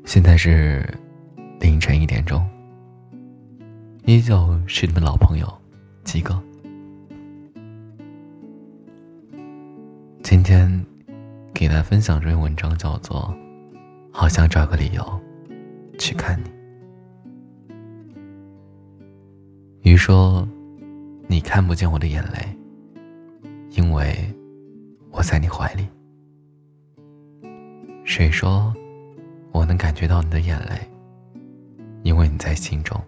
现在是凌晨1点钟，依旧是你们老朋友鸡哥。今天给大家分享这篇文章，叫做好想找个理由去看你。鱼说你看不见我的眼泪，因为我在你怀里。水说我能感觉到你的眼泪，因为你在心中。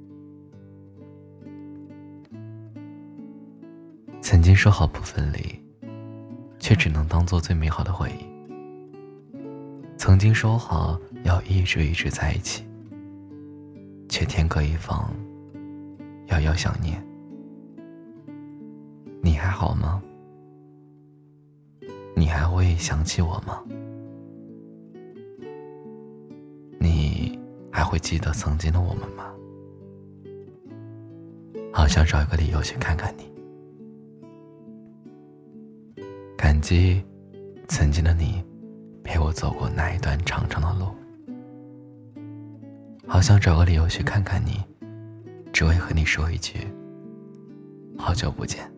曾经说好不分离，却只能当作最美好的回忆。曾经说好要一直在一起，却天各一方，遥遥想念。你还好吗？你还会想起我吗？你还会记得曾经的我们吗？好想找一个理由去看看你。感激曾经的你陪我走过那一段长长的路。好想找个理由去看看你，只为和你说一句好久不见。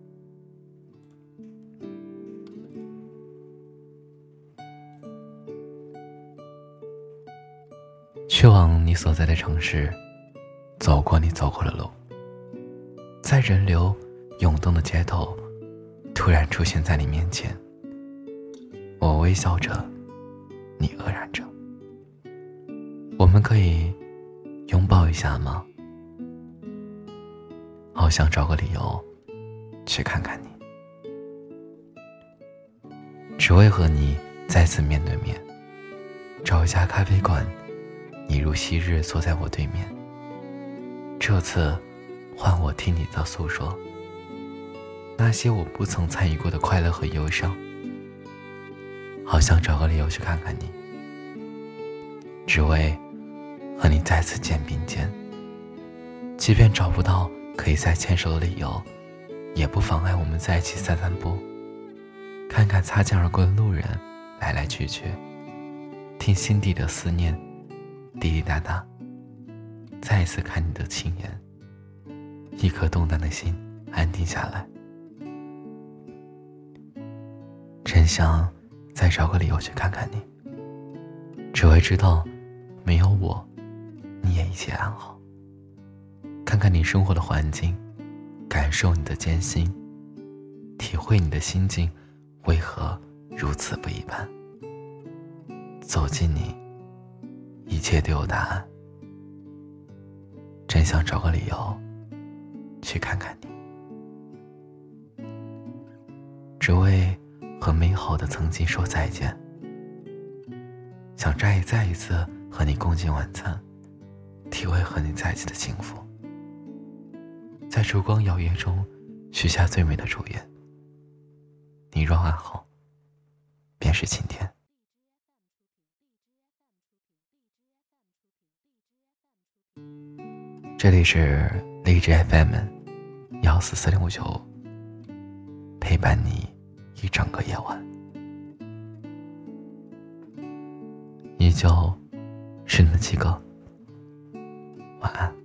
去往你所在的城市，走过你走过的路，在人流涌动的街头，突然出现在你面前。我微笑着，你愕然着。我们可以拥抱一下吗？好想找个理由去看看你，只为和你再次面对面。找一家咖啡馆，你如昔日坐在我对面，这次换我听你的诉说，那些我不曾参与过的快乐和忧伤。好想找个理由去看看你，只为和你再次肩并肩。即便找不到可以再牵手的理由，也不妨碍我们在一起散散步，看看擦肩而过的路人来来去去，听心底的思念滴滴答答。再一次看你的轻颜，一颗动荡的心安定下来。真想再找个理由去看看你，只为知道没有我你也一切安好。看看你生活的环境，感受你的艰辛，体会你的心境为何如此不一般。走近你，一切都有答案。真想找个理由去看看你，只为和美好的曾经说再见。想再一次和你共进晚餐，体会和你在一起的幸福。在烛光摇曳中许下最美的祝愿。你若安好，便是晴天。这里是荔枝 FM144.59，陪伴你一整个夜晚。依旧是你的鸡哥，晚安。